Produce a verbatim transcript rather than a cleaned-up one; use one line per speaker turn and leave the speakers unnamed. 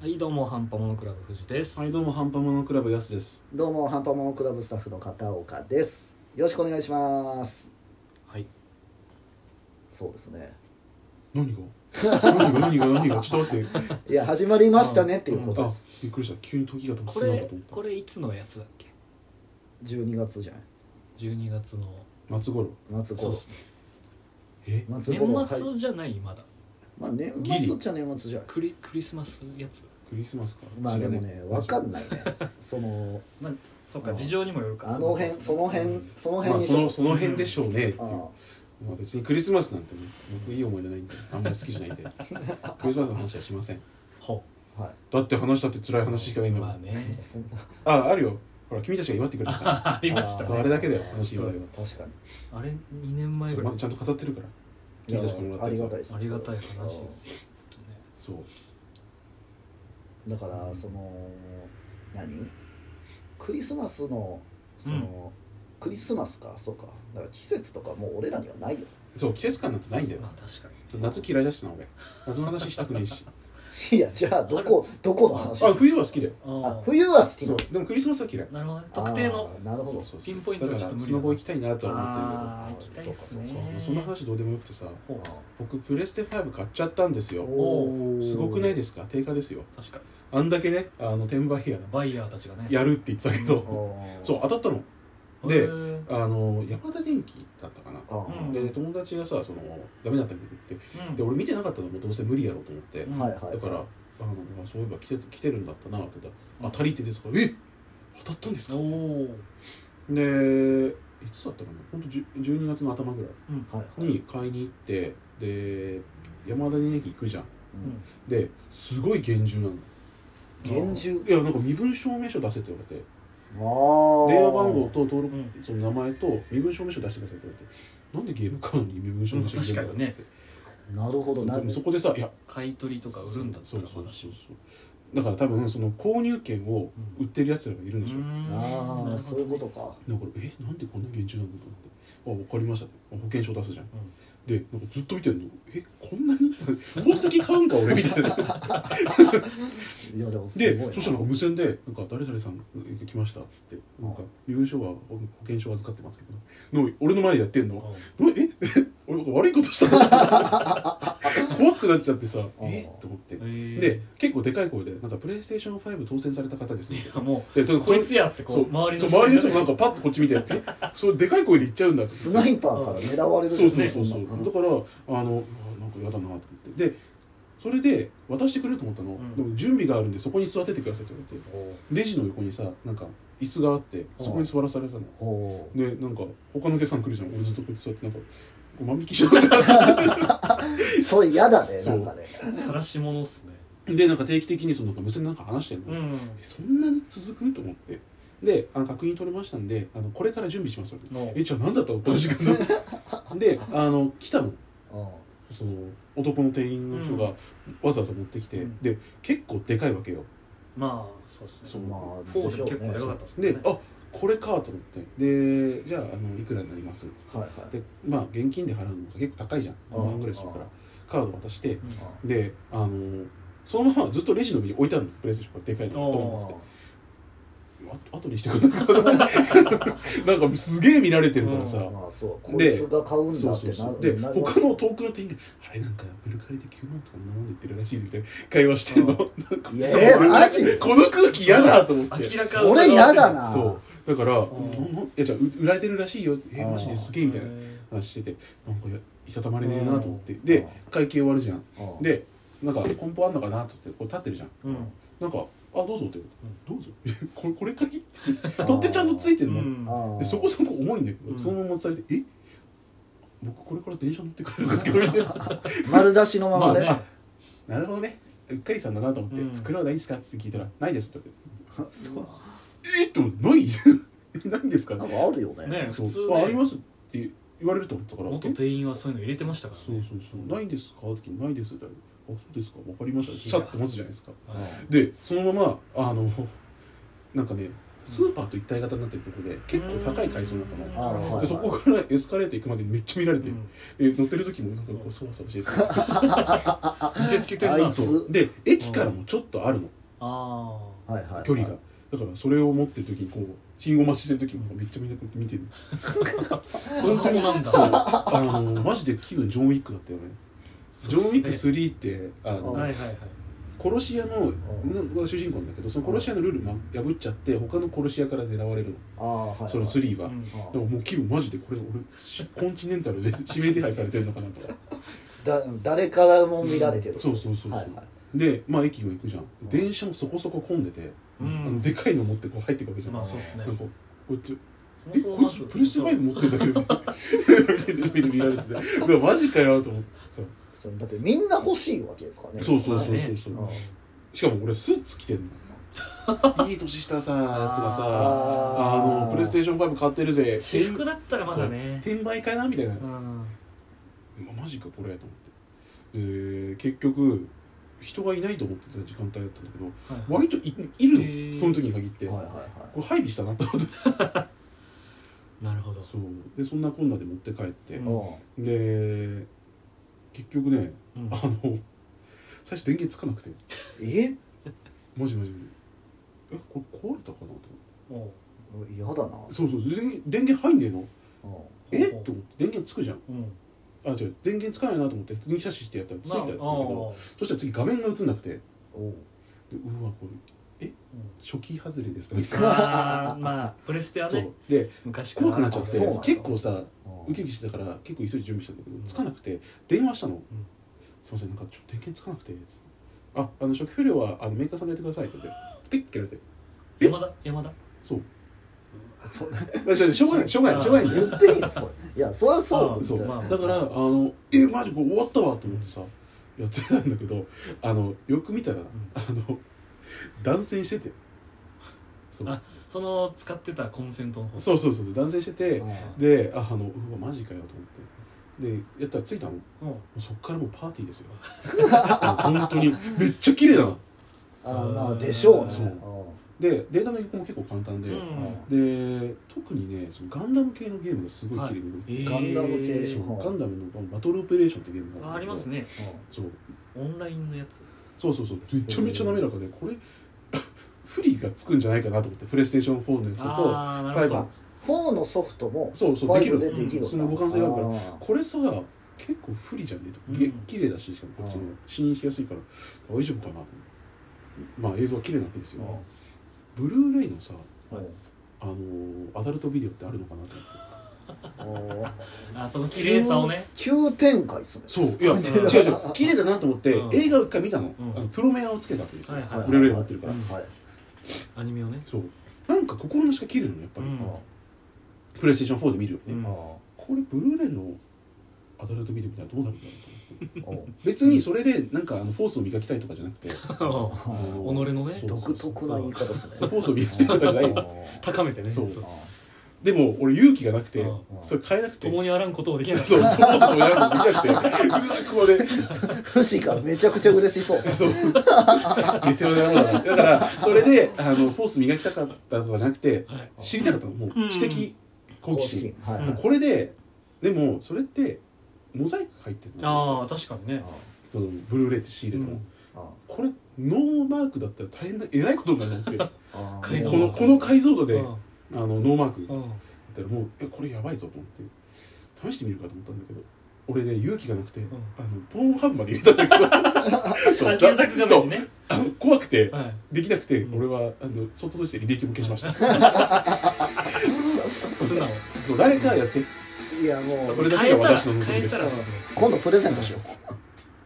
はいどうもハンパモノクラブ藤です。
はいどうもハンパモノクラブやすです。
どうもハンパモノクラブスタッフの片岡です。よろしくお願いします。
はい。
そうですね。
何が何が何が何がちょっと待って
いや始まりましたねっていうこと
あ
です。
びっくりした。急に時が止ま
これ
るのかと思った
これいつのやつだっけ？
じゅうにがつじゃない
じゅうにがつの
夏頃。
夏頃。
そうっすね。
え
夏頃
年末じゃないまだ。
まあ年
ギリ
末っちゃ年末じゃん。
クリクリスマスやつ。
クリスマスか。
まあでもねわかん
ない。
ないね。その
まあそっか事情にもよるか。
あの辺その辺その
まあ
辺に
そのその辺でしょうねっていう。
あ
まあ別にクリスマスなんてね僕いい思い出ないんであんまり好きじゃないんでクリスマスの話はしません。
ほ
あはい。
だって話したって辛い話しかないん
う。
だもん。
まあね。
そんな
ああるよ。ほら君たちが祝ってくれたじゃん。
ありました
そうあ
ね。
れだけだよ楽しい話題は。
確かに。
あれにねんまえぐらい
それまだちゃんと飾ってるから。
いや
君たちからもらったやつ
ありがたいです。
ありがたい話ですよ。
そう。
だからその何クリスマスのその、クリスマスかそうかだから季節とかもう俺らにはないよ。
そう季節感なんてないんだよ。
まあ確かに。
夏嫌いだしな俺。夏の話したくねえし。
いやじゃあどこどこの話
あ冬は好きだよ。
あ
あ冬は好き
そう
なんです。
でもクリスマスは嫌い。
なるほどね。特定の
あーなるほど。
そうそう
ピンポイント
だか
はちょっと無理だな。
らスノボ行きたいなとは
あー行きたいっす
思ってるけど、
ね。
そんな話どうでもよくてさ、
ほう。
僕プレステファイブ買っちゃったんですよ。
おー
すごくないですか？定価ですよ。
確かに。
あんだけねあの転売ヤー
バイヤーたちがね。
やるって言ってたけど、
おー
そう当たったの。
へ
で
ー
あの山田電機だったかな。
あー
うん
で友達がさそのダメだったんだって言って、で俺見てなかったのもどうせ無理やろうと思って、
うん
はいはい
だからあのあそういえば来て来てるんだったなって言ったら当たりって出てたから、え当たったんですか？
おお。
でいつだったかな本当じゅじゅうにがつの頭ぐらい
はいはい
に買いに行ってで山田電機行くじゃん。
うん
ですごい厳重なの。
厳重
いやなんか身分証明書出せって言われて
あー
電話番号と登録、
うん
その名前と身分証明書出してくださいって言われてなんでゲーム買うのに身分証明書
確かにね。
なるほどな
でもそこでさいや
買い取りとか売るんだったら
そうそう
話を。
そうそうだから多分その購入権を売ってるやつらがいるんでしょ。
ああそういうことか。
だからえなんでこんな厳重なんだと思ってあ分かりましたって保険証出すじゃん。でなんかずっと見てるのえこんなに宝石買うんか俺みたいな。
いやでもすごいな。
でそしたらなんか無線で「なんか誰々さん来ました」っつって「なんか身分証は保険証預かってますけど」の俺の前でやってんの
うん
え俺なんか悪いことしたの怖くなっちゃってさえっと思って
へー
で結構でかい声で「なんかプレイステーションファイブ当選された方です」みたいな
いやも
で
うこいつやってこ
そう
う周りの
そう周りの人もなんかパッとこっち見て「えそうでかい声で言っちゃうんだ」って
スナイパーから狙われる
そうそうそうそう、
ねんな
だからあのうわなんか嫌だなと思ってでそれで渡してくれると思ったの、
ん
でも準備があるんでそこに座っててくださいって言われてレジの横にさなんか椅子があってそこに座らされたの
ほう
でなんか他のお客さん来るじゃん俺ずっとこうやって座ってなんか万引きしちゃった
それ嫌だね
そう
なんかね。
晒し者っすね。
でなんか定期的にそのなんか無線なんか話してんの、
うん。
えそんなに続くと思ってであの確認取れましたんであのこれから準備しますって
の
えじゃあ何だったのって話がであの来たの
うん
その男の店員の人がわざわざ持ってきて、
うん
で結構でかいわけよ。
まあそうっすね。
そう
まあ
フォーでも結構でかかったっすもんね
であこれかと思ってでじゃああのいくらになりますっつって、
はいはい
でまあ現金で払うのも結構高いじゃん
うん
ごまんぐらいするからカード渡して
うん
であのそのままずっとレジの上に置いてあるのプレイステーションこれでかいのドンっつってあ後にしてくれないかななんかすげえ見られてるからさ、
まあそうこ
で
いつが買うん
そう
だってな
そうそうで
な
他の遠くの店員が「あれなんかメルカリできゅうまんとかななまんで売ってるらしいぞ」みたいな会話してんのなんか
いやえーマジ
この空気嫌だと思って
明らか
それ嫌だな。
そうだから「
ん
んんいやじゃあ売られてるらしいよ」えマジですげえ」みたいな
へ
話しててなんかいやいたたまれねえなと思ってで会計終わるじゃん
うん
でなんか梱包あんのかなと思ってこう立ってるじゃん
ーうん
なんか「あどうぞ」って言うどうぞこれこれかいって取っ手ちゃんとついてんの
うん
あー
でそこそこ重いんだけど、
うん
そのまま持たされて「え僕これから電車乗って帰るんですけど」みたいな
丸出しのままね。
まあね
なるほどねうっかりさんだなと思って
うん
「袋はないですか?」って聞いたら「ないです」って言って
そう
「えっ?」って思って「ないないんですか?」
なんかあるよね。
ね
そう
普通ね
あありますって言われると思ったから
元
え
店員はそういうの入れてましたからね。
そうそうそう「ないんですか?」って聞いて「ないです」って言ったら「あそうですか分かりました」
いや
さっと持つじゃないですか
はい
でそのままあのなんかねスーパーと一体型になってるところで結構高い階層になったの、
あーはい
でそこからエスカレーター行くまでめっちゃ見られて、
うん
で乗ってる時もなんかこうそわそわしてて
見せつけてるな
あいつ
そうで駅からもちょっとあるの
あ
はいはい
距離がだからそれを持ってる時にこう信号待ちしてる時もめっちゃみんなこう見てる
あ本当なんだ
そうあのマジで気分ジョン・ウィックだったよねジョン・ウィック
すね
スリーってあの、
はいはいはい
殺し屋のが主人公なんだけどその殺し屋のルールま破っちゃって他の殺し屋から狙われる
ああはいはい
のそのスリーは、
うん
だからもう気分マジでこれ俺しコンチネンタルで指名手配されてるのかなとか
だ誰からも見られてる、
そうそうそうそう、
はいはい
でまあ駅も行くじゃん電車もそこそこ混んでて、
う
あの
ん
でかいの持ってこう入っていくわけじゃん、
まあそうですね
なんかこうやってえ
そもそも
こいつプレステファイブ持ってんだけどみたいな見られててうわマジかよと思ってそう
そうだってみんな欲しいわけですからね
そうそうそうそう
まあね
そう、
うん
しかも俺スーツ着てんのいい年したさやつがさあ
あー
のプレイステーションファイブ買ってるぜ
私服だったらまだね
そう転売かなみたいな、
うん
マジかこれと思ってで結局人がいないと思ってた時間帯だったんだけど
はい
割と い, いるの、
へー
その時に限って、
はいはいはい
これ配備したなと思って
なるほど
そうでそんなこんなで持って帰って、
うん
で結局ね
うん
あの最初電源つかなくて
え
マジマジえこれ壊れたかなと思って
おう
嫌だな
そうそう電源電源入んねえの
うん
えっと思って電源つくじゃん
うん
あ違う電源つかないなと思って次シャシしてやったらついたんだけ
まあ
どそしたら次画面が映んなくてで
おう
うわこれ
うん
初期外れですかみたいな
まあまあプレステは
そう
ね
で
昔から
怖くなっちゃって
あそうなんだ
結構さ
うん
ウキウキしてたから結構急いで準備したんだけどつかなくて電話したのすいませんなんかちょっと電源つかなくてつってああの初期不良はあのメーカーさんがやってくださいって言ってピッて切られてえ
山田山田
そう
そ
まあしょうがないしょうがないしょうがないんだよ
言っていいのそれいやそりゃそう
あ
そう
まあ
だからあのえマジこれ終わったわと思ってさやってたんだけどあのよく見たらあの断線しててそう
あその使ってたコンセントの方
そうそうそう断線してて
うん
でああのうわマジかよと思ってでやったら着いたのも
うん
うそっからもうパーティーですよ本当にめっちゃ綺麗なの
あまあでしょうね
そうんでデータの移行も結構簡単で、
うん
で特にねそのガンダム系のゲームがすごい綺麗に、
ガンダム系
そう
はい
ガンダムのバトルオペレーションってゲームが
ああります
ね
ね
そう
オンラインのやつ
そうそうそうめちゃめちゃ滑らかでこれフリがつくんじゃないかなと思ってプレイステーションフォーのやつと
ああなるほど
フォーのソフトも
そうそうできる
ファイブでできる
その互換性があるから
あー
これさ結構不利じゃんねと、
うん
げ綺麗だししかもこっちの視認しやすいから大丈夫かなと思ってまあ映像は綺麗なわけですよ、ブルーレイのさ
うん
あのーアダルトビデオってあるのかなと思って
あー
あその綺麗さをね
急展開っすね
そういや違う違う綺麗だなと思って、
うん
映画を一回見たの,、
ん
あのプロメアをつけたわけですよ、
はいはい
ブルーレイ持ってるから、
うん
はい
アニメをね
そうなんか心なしか綺麗なのやっぱり、
うん
プレイステーションフォーで見るよね、
うん
あ
これブルーレイのアダルトビデオみたいなどうなるんだろうと思って
ーおう
別にそれでなんかあのフォースを磨きたいとかじゃなくて
己のね
そう
独特な言い方ですね
そうフォースを磨きたいとかじゃない
あー
高めてね
そう
あ
でも俺勇気がなくて
うん
それ変えなくて
共にあらんことをできなかった
そうフォースをやるのできなくてうわこれ
ーフシがめちゃくちゃ嬉しそうっす
そう見せ場でやろうだなだからそれであのフォース磨きたかったとかじゃなくて
はい
知りたかったのもう知的好奇心
はい
もうこれででもそれってモザイク入ってるの
ああ確かにね
そのブルーレイって仕入れても、
あ
これノーマークだったら大変なえらいことになるのって
あー
改造
このこの解像度で、
うん
あのノーマークだっ
うん
たらもうえこれやばいぞと思って試してみるかと思ったんだけど俺ね勇気がなくて、あのポーンハブまで入れたんだけどそう
あ検索画面にね
あの怖くて
はい
できなくて、
うん
俺はあのそっと閉じて履歴も消しました
素直
そう誰かやって
いやもう
それだけが私の望みです
変えたら
今度プレゼントしよう